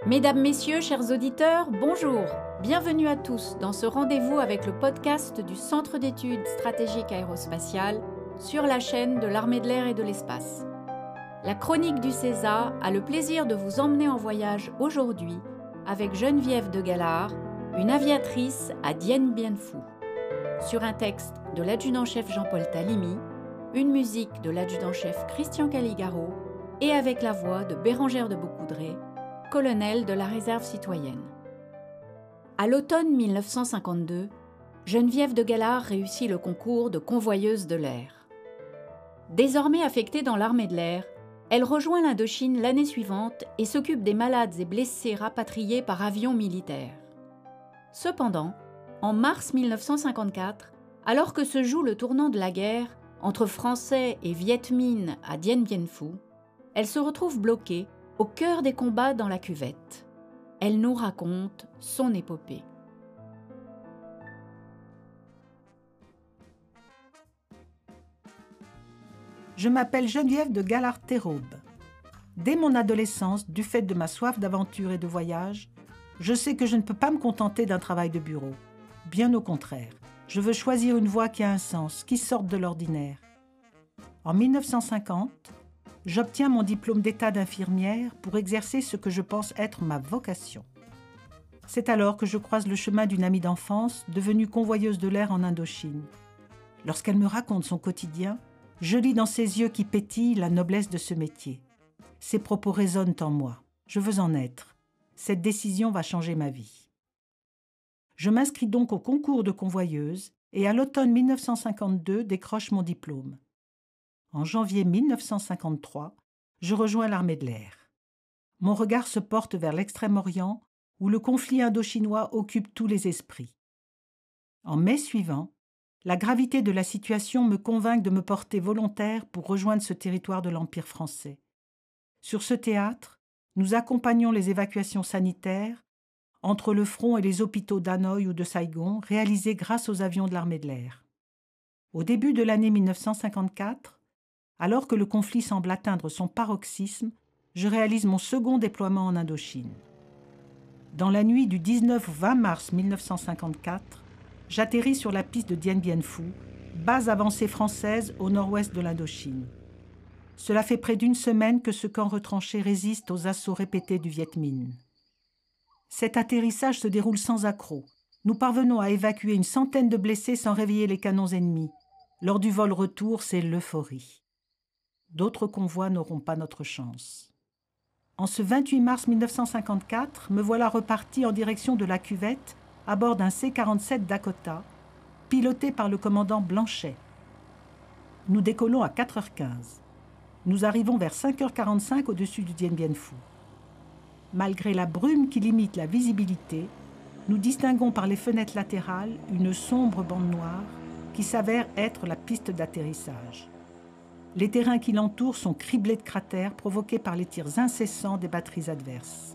Mesdames, Messieurs, chers auditeurs, bonjour. Bienvenue à tous dans ce rendez-vous avec le podcast du Centre d'études stratégiques aérospatiales sur la chaîne de l'Armée de l'air et de l'espace. La chronique du CESA a le plaisir de vous emmener en voyage aujourd'hui avec Geneviève de Galard, une aviatrice à Dien Bien Phu. Sur un texte de l'adjudant-chef Jean-Paul Talimi, une musique de l'adjudant-chef Christian Caligaro et avec la voix de Bérengère de Beaucoudray, colonel de la réserve citoyenne. À l'automne 1952, Geneviève de Galard réussit le concours de convoyeuse de l'air. Désormais affectée dans l'armée de l'air, elle rejoint l'Indochine l'année suivante et s'occupe des malades et blessés rapatriés par avion militaire. Cependant, en mars 1954, alors que se joue le tournant de la guerre entre Français et Viet Minh à Dien Bien Phu, elle se retrouve bloquée au cœur des combats dans la cuvette. Elle nous raconte son épopée. Je m'appelle Geneviève de Galard-Théraube. Dès mon adolescence, du fait de ma soif d'aventure et de voyage, je sais que je ne peux pas me contenter d'un travail de bureau. Bien au contraire, je veux choisir une voie qui a un sens, qui sorte de l'ordinaire. En 1950, j'obtiens mon diplôme d'état d'infirmière pour exercer ce que je pense être ma vocation. C'est alors que je croise le chemin d'une amie d'enfance, devenue convoyeuse de l'air en Indochine. Lorsqu'elle me raconte son quotidien, je lis dans ses yeux qui pétillent la noblesse de ce métier. Ses propos résonnent en moi. Je veux en être. Cette décision va changer ma vie. Je m'inscris donc au concours de convoyeuse et à l'automne 1952 décroche mon diplôme. En janvier 1953, je rejoins l'armée de l'air. Mon regard se porte vers l'Extrême-Orient, où le conflit indo-chinois occupe tous les esprits. En mai suivant, la gravité de la situation me convainc de me porter volontaire pour rejoindre ce territoire de l'Empire français. Sur ce théâtre, nous accompagnons les évacuations sanitaires entre le front et les hôpitaux d'Hanoï ou de Saigon, réalisées grâce aux avions de l'armée de l'air. Au début de l'année 1954, alors que le conflit semble atteindre son paroxysme, je réalise mon second déploiement en Indochine. Dans la nuit du 19 au 20 mars 1954, j'atterris sur la piste de Dien Bien Phu, base avancée française au nord-ouest de l'Indochine. Cela fait près d'une semaine que ce camp retranché résiste aux assauts répétés du Viet Minh. Cet atterrissage se déroule sans accroc. Nous parvenons à évacuer une centaine de blessés sans réveiller les canons ennemis. Lors du vol retour, c'est l'euphorie. D'autres convois n'auront pas notre chance. En ce 28 mars 1954, me voilà reparti en direction de la cuvette à bord d'un C-47 Dakota, piloté par le commandant Blanchet. Nous décollons à 4h15. Nous arrivons vers 5h45 au-dessus du Dien Bien Phu. Malgré la brume qui limite la visibilité, nous distinguons par les fenêtres latérales une sombre bande noire qui s'avère être la piste d'atterrissage. Les terrains qui l'entourent sont criblés de cratères provoqués par les tirs incessants des batteries adverses.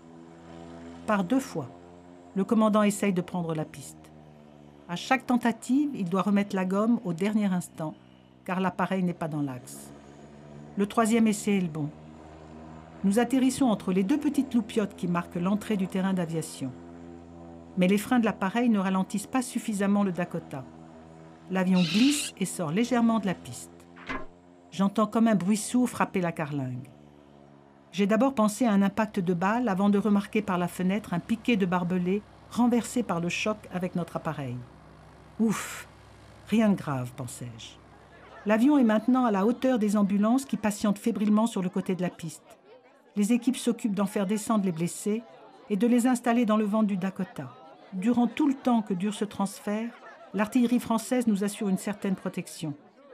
Par 2 fois, le commandant essaye de prendre la piste. À chaque tentative, il doit remettre la gomme au dernier instant, car l'appareil n'est pas dans l'axe. Le 3e essai est le bon. Nous atterrissons entre les 2 petites loupiottes qui marquent l'entrée du terrain d'aviation. Mais les freins de l'appareil ne ralentissent pas suffisamment le Dakota. L'avion glisse et sort légèrement de la piste. J'entends comme un bruit sourd frapper la carlingue. J'ai d'abord pensé à un impact de balle avant de remarquer par la fenêtre un piquet de barbelés renversé par le choc avec notre appareil. Ouf, rien de grave, pensais-je. L'avion est maintenant à la hauteur des ambulances qui patientent fébrilement sur le côté de la piste. Les équipes s'occupent d'en faire descendre les blessés et de les installer dans le ventre du Dakota. Durant tout le temps que dure ce transfert, l'artillerie française nous assure une certaine protection.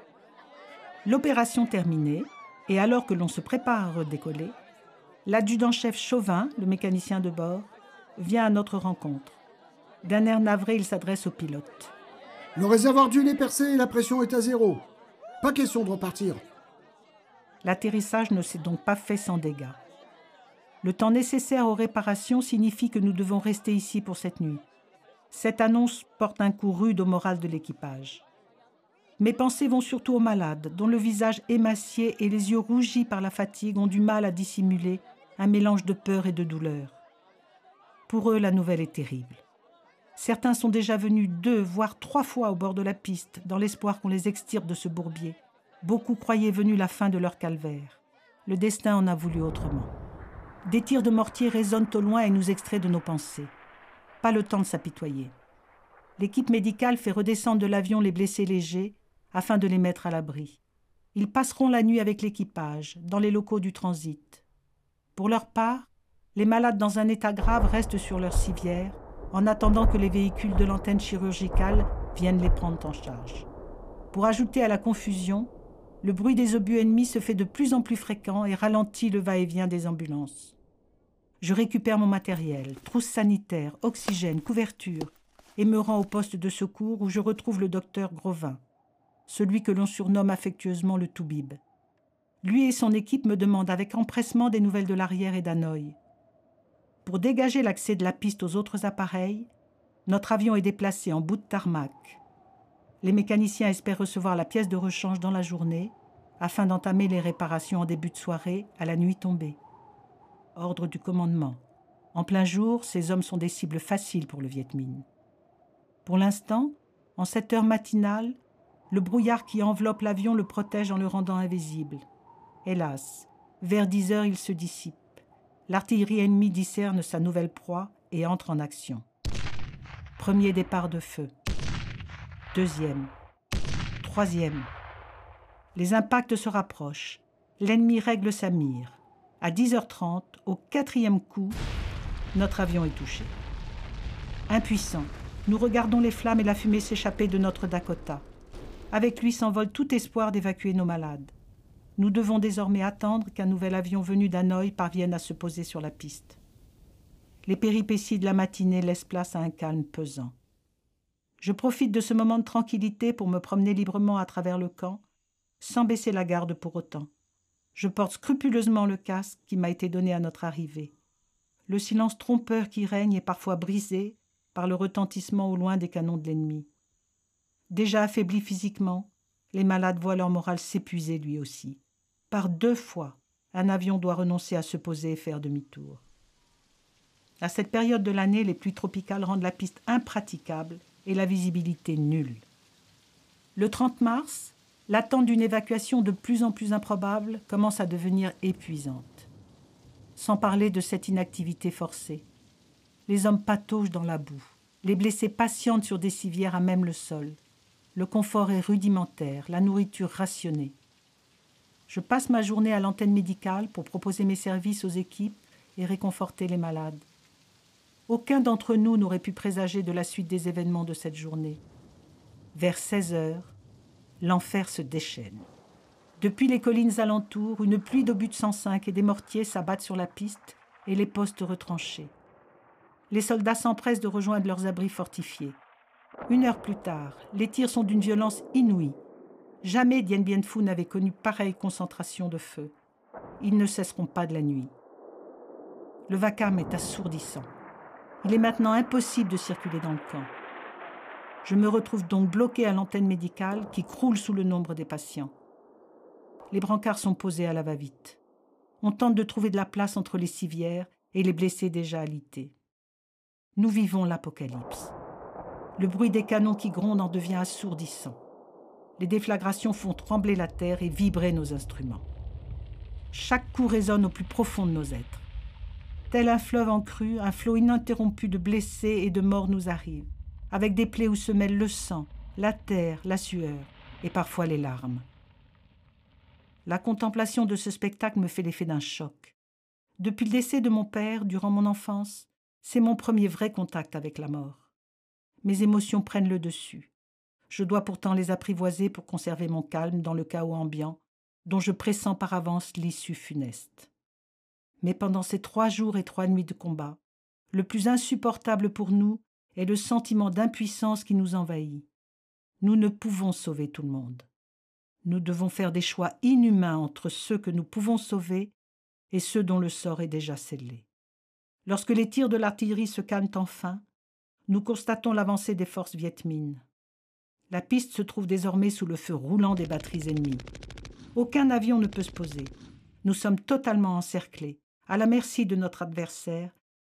L'opération terminée, et alors que l'on se prépare à redécoller, l'adjudant-chef Chauvin, le mécanicien de bord, vient à notre rencontre. D'un air navré, il s'adresse au pilote. « Le réservoir d'huile est percé et la pression est à 0. Pas question de repartir. » L'atterrissage ne s'est donc pas fait sans dégâts. Le temps nécessaire aux réparations signifie que nous devons rester ici pour cette nuit. Cette annonce porte un coup rude au moral de l'équipage. Mes pensées vont surtout aux malades, dont le visage émacié et les yeux rougis par la fatigue ont du mal à dissimuler un mélange de peur et de douleur. Pour eux, la nouvelle est terrible. Certains sont déjà venus 2, voire 3 fois au bord de la piste, dans l'espoir qu'on les extirpe de ce bourbier. Beaucoup croyaient venue la fin de leur calvaire. Le destin en a voulu autrement. Des tirs de mortier résonnent au loin et nous extraient de nos pensées. Pas le temps de s'apitoyer. L'équipe médicale fait redescendre de l'avion les blessés légers afin de les mettre à l'abri. Ils passeront la nuit avec l'équipage, dans les locaux du transit. Pour leur part, les malades dans un état grave restent sur leur civière en attendant que les véhicules de l'antenne chirurgicale viennent les prendre en charge. Pour ajouter à la confusion, le bruit des obus ennemis se fait de plus en plus fréquent et ralentit le va-et-vient des ambulances. Je récupère mon matériel, trousse sanitaire, oxygène, couverture, et me rends au poste de secours où je retrouve le docteur Grovin, celui que l'on surnomme affectueusement le Toubib. Lui et son équipe me demandent avec empressement des nouvelles de l'arrière et d'Hanoï. Pour dégager l'accès de la piste aux autres appareils, notre avion est déplacé en bout de tarmac. Les mécaniciens espèrent recevoir la pièce de rechange dans la journée afin d'entamer les réparations en début de soirée à la nuit tombée. Ordre du commandement. En plein jour, ces hommes sont des cibles faciles pour le Viet Minh. Pour l'instant, en cette heure matinale, le brouillard qui enveloppe l'avion le protège en le rendant invisible. Hélas, vers 10 heures, il se dissipe. L'artillerie ennemie discerne sa nouvelle proie et entre en action. Premier départ de feu. Deuxième. Troisième. Les impacts se rapprochent. L'ennemi règle sa mire. À 10h30, au 4e coup, notre avion est touché. Impuissants, nous regardons les flammes et la fumée s'échapper de notre Dakota. Avec lui s'envole tout espoir d'évacuer nos malades. Nous devons désormais attendre qu'un nouvel avion venu d'Hanoï parvienne à se poser sur la piste. Les péripéties de la matinée laissent place à un calme pesant. Je profite de ce moment de tranquillité pour me promener librement à travers le camp, sans baisser la garde pour autant. Je porte scrupuleusement le casque qui m'a été donné à notre arrivée. Le silence trompeur qui règne est parfois brisé par le retentissement au loin des canons de l'ennemi. Déjà affaiblis physiquement, les malades voient leur morale s'épuiser lui aussi. Par 2 fois, un avion doit renoncer à se poser et faire demi-tour. À cette période de l'année, les pluies tropicales rendent la piste impraticable et la visibilité nulle. Le 30 mars, l'attente d'une évacuation de plus en plus improbable commence à devenir épuisante. Sans parler de cette inactivité forcée. Les hommes pataugent dans la boue. Les blessés patientent sur des civières à même le sol. Le confort est rudimentaire, la nourriture rationnée. Je passe ma journée à l'antenne médicale pour proposer mes services aux équipes et réconforter les malades. Aucun d'entre nous n'aurait pu présager de la suite des événements de cette journée. Vers 16 heures, l'enfer se déchaîne. Depuis les collines alentours, une pluie d'obus de 105 et des mortiers s'abattent sur la piste et les postes retranchés. Les soldats s'empressent de rejoindre leurs abris fortifiés. 1 heure plus tard, les tirs sont d'une violence inouïe. Jamais Dien Bien Phu n'avait connu pareille concentration de feu. Ils ne cesseront pas de la nuit. Le vacarme est assourdissant. Il est maintenant impossible de circuler dans le camp. Je me retrouve donc bloqué à l'antenne médicale qui croule sous le nombre des patients. Les brancards sont posés à la va-vite. On tente de trouver de la place entre les civières et les blessés déjà alités. Nous vivons l'apocalypse. Le bruit des canons qui grondent en devient assourdissant. Les déflagrations font trembler la terre et vibrer nos instruments. Chaque coup résonne au plus profond de nos êtres. Tel un fleuve en crue, un flot ininterrompu de blessés et de morts nous arrive, avec des plaies où se mêlent le sang, la terre, la sueur et parfois les larmes. La contemplation de ce spectacle me fait l'effet d'un choc. Depuis le décès de mon père, durant mon enfance, c'est mon premier vrai contact avec la mort. Mes émotions prennent le dessus. Je dois pourtant les apprivoiser pour conserver mon calme dans le chaos ambiant, dont je pressens par avance l'issue funeste. Mais pendant ces 3 jours et 3 nuits de combat, le plus insupportable pour nous est le sentiment d'impuissance qui nous envahit. Nous ne pouvons sauver tout le monde. Nous devons faire des choix inhumains entre ceux que nous pouvons sauver et ceux dont le sort est déjà scellé. Lorsque les tirs de l'artillerie se calment enfin, nous constatons l'avancée des forces Viet Minh. La piste se trouve désormais sous le feu roulant des batteries ennemies. Aucun avion ne peut se poser. Nous sommes totalement encerclés, à la merci de notre adversaire,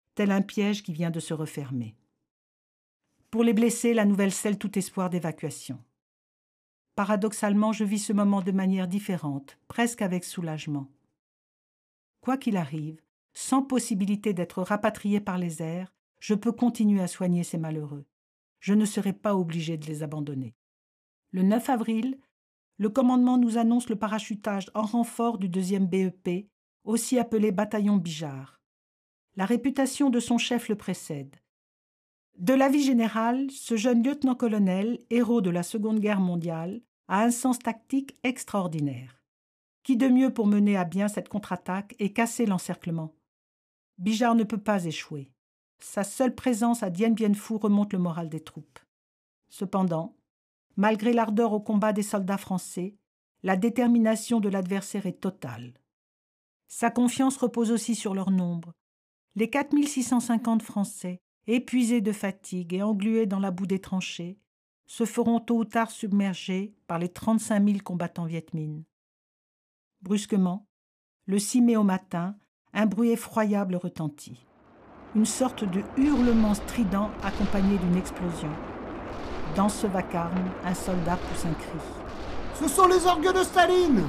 tel un piège qui vient de se refermer. Pour les blessés, la nouvelle scelle tout espoir d'évacuation. Paradoxalement, je vis ce moment de manière différente, presque avec soulagement. Quoi qu'il arrive, sans possibilité d'être rapatrié par les airs, je peux continuer à soigner ces malheureux. Je ne serai pas obligé de les abandonner. Le 9 avril, le commandement nous annonce le parachutage en renfort du 2e BEP, aussi appelé bataillon Bijard. La réputation de son chef le précède. De l'avis général, ce jeune lieutenant-colonel, héros de la Seconde Guerre mondiale, a un sens tactique extraordinaire. Qui de mieux pour mener à bien cette contre-attaque et casser l'encerclement? Bijard ne peut pas échouer. Sa seule présence à Dien Bien Phu remonte le moral des troupes. Cependant, malgré l'ardeur au combat des soldats français, la détermination de l'adversaire est totale. Sa confiance repose aussi sur leur nombre. Les 4650 Français, épuisés de fatigue et englués dans la boue des tranchées, se feront tôt ou tard submerger par les 35 000 combattants Viet Minh. Brusquement, le 6 mai au matin, un bruit effroyable retentit. Une sorte de hurlement strident accompagné d'une explosion. Dans ce vacarme, un soldat pousse un cri. Ce sont les orgues de Staline!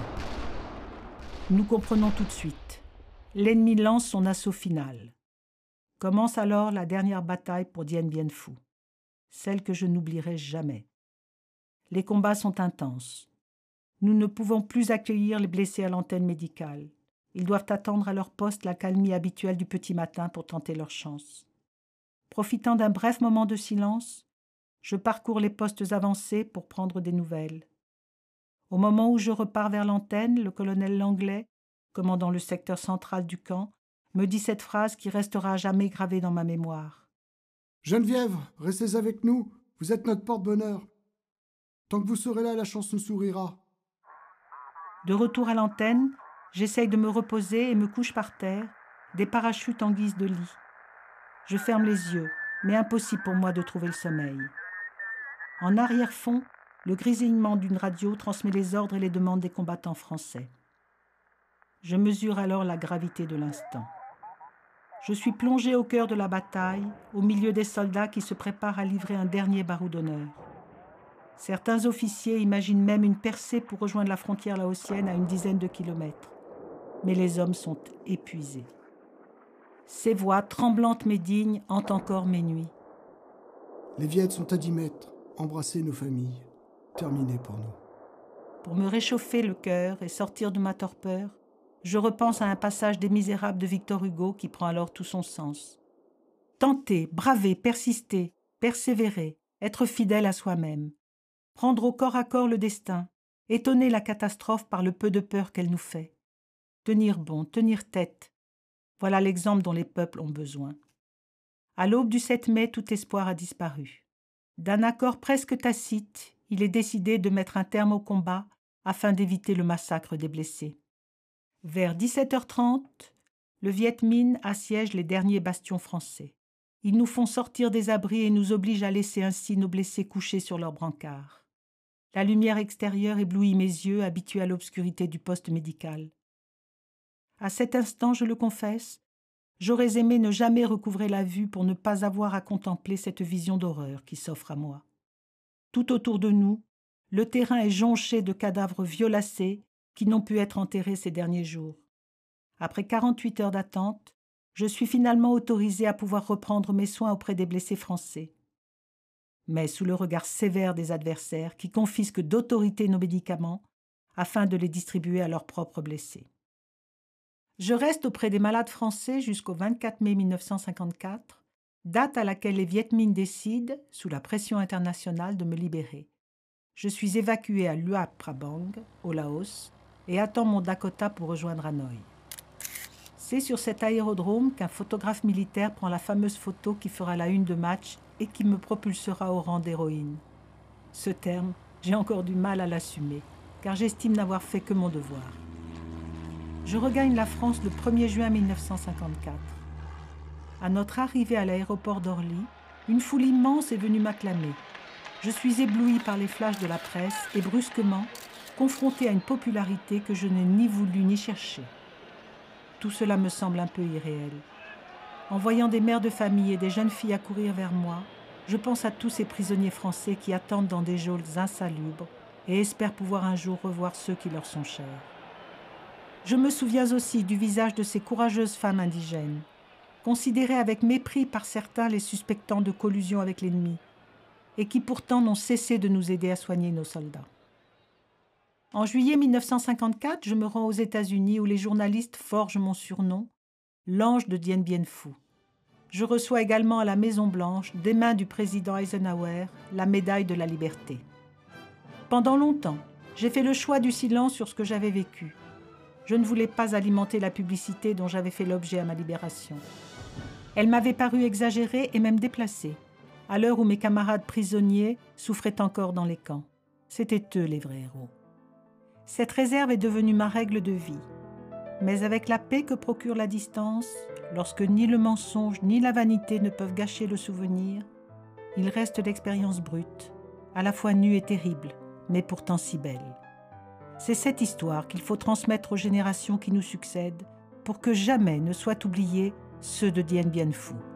Nous comprenons tout de suite. L'ennemi lance son assaut final. Commence alors la dernière bataille pour Dien Bien Phu, celle que je n'oublierai jamais. Les combats sont intenses. Nous ne pouvons plus accueillir les blessés à l'antenne médicale. Ils doivent attendre à leur poste l'accalmie habituelle du petit matin pour tenter leur chance. Profitant d'un bref moment de silence, je parcours les postes avancés pour prendre des nouvelles. Au moment où je repars vers l'antenne, le colonel Langlais, commandant le secteur central du camp, me dit cette phrase qui restera à jamais gravée dans ma mémoire. « Geneviève, restez avec nous, vous êtes notre porte-bonheur. Tant que vous serez là, la chance nous sourira. » De retour à l'antenne, j'essaye de me reposer et me couche par terre, des parachutes en guise de lit. Je ferme les yeux, mais impossible pour moi de trouver le sommeil. En arrière-fond, le grésillement d'une radio transmet les ordres et les demandes des combattants français. Je mesure alors la gravité de l'instant. Je suis plongé au cœur de la bataille, au milieu des soldats qui se préparent à livrer un dernier barreau d'honneur. Certains officiers imaginent même une percée pour rejoindre la frontière laotienne à une dizaine de kilomètres. Mais les hommes sont épuisés. Ces voix, tremblantes mais dignes, hantent encore mes nuits. Les Viettes sont à 10 mètres. Embrassez nos familles. Terminé pour nous. Pour me réchauffer le cœur et sortir de ma torpeur, je repense à un passage des Misérables de Victor Hugo qui prend alors tout son sens. Tenter, braver, persister, persévérer, être fidèle à soi-même, prendre au corps à corps le destin, étonner la catastrophe par le peu de peur qu'elle nous fait. Tenir bon, tenir tête. Voilà l'exemple dont les peuples ont besoin. À l'aube du 7 mai, tout espoir a disparu. D'un accord presque tacite, il est décidé de mettre un terme au combat afin d'éviter le massacre des blessés. Vers 17h30, le Viet Minh assiège les derniers bastions français. Ils nous font sortir des abris et nous obligent à laisser ainsi nos blessés couchés sur leurs brancards. La lumière extérieure éblouit mes yeux, habitués à l'obscurité du poste médical. À cet instant, je le confesse, j'aurais aimé ne jamais recouvrer la vue pour ne pas avoir à contempler cette vision d'horreur qui s'offre à moi. Tout autour de nous, le terrain est jonché de cadavres violacés qui n'ont pu être enterrés ces derniers jours. Après 48 heures d'attente, je suis finalement autorisé à pouvoir reprendre mes soins auprès des blessés français. Mais sous le regard sévère des adversaires qui confisquent d'autorité nos médicaments afin de les distribuer à leurs propres blessés. Je reste auprès des malades français jusqu'au 24 mai 1954, date à laquelle les Viet Minh décident, sous la pression internationale, de me libérer. Je suis évacué à Luap Prabang, au Laos, et attends mon Dakota pour rejoindre Hanoï. C'est sur cet aérodrome qu'un photographe militaire prend la fameuse photo qui fera la une de Match et qui me propulsera au rang d'héroïne. Ce terme, j'ai encore du mal à l'assumer, car j'estime n'avoir fait que mon devoir. Je regagne la France le 1er juin 1954. À notre arrivée à l'aéroport d'Orly, une foule immense est venue m'acclamer. Je suis ébloui par les flashs de la presse et brusquement, confronté à une popularité que je n'ai ni voulu ni cherché. Tout cela me semble un peu irréel. En voyant des mères de famille et des jeunes filles accourir vers moi, je pense à tous ces prisonniers français qui attendent dans des geôles insalubres et espèrent pouvoir un jour revoir ceux qui leur sont chers. Je me souviens aussi du visage de ces courageuses femmes indigènes, considérées avec mépris par certains les suspectant de collusion avec l'ennemi, et qui pourtant n'ont cessé de nous aider à soigner nos soldats. En juillet 1954, je me rends aux États-Unis où les journalistes forgent mon surnom, l'ange de Dien Bien Phu. Je reçois également à la Maison-Blanche, des mains du président Eisenhower, la médaille de la liberté. Pendant longtemps, j'ai fait le choix du silence sur ce que j'avais vécu. Je ne voulais pas alimenter la publicité dont j'avais fait l'objet à ma libération. Elle m'avait paru exagérée et même déplacée, à l'heure où mes camarades prisonniers souffraient encore dans les camps. C'étaient eux les vrais héros. Cette réserve est devenue ma règle de vie. Mais avec la paix que procure la distance, lorsque ni le mensonge ni la vanité ne peuvent gâcher le souvenir, il reste l'expérience brute, à la fois nue et terrible, mais pourtant si belle. C'est cette histoire qu'il faut transmettre aux générations qui nous succèdent pour que jamais ne soient oubliés ceux de Dien Bien Phu.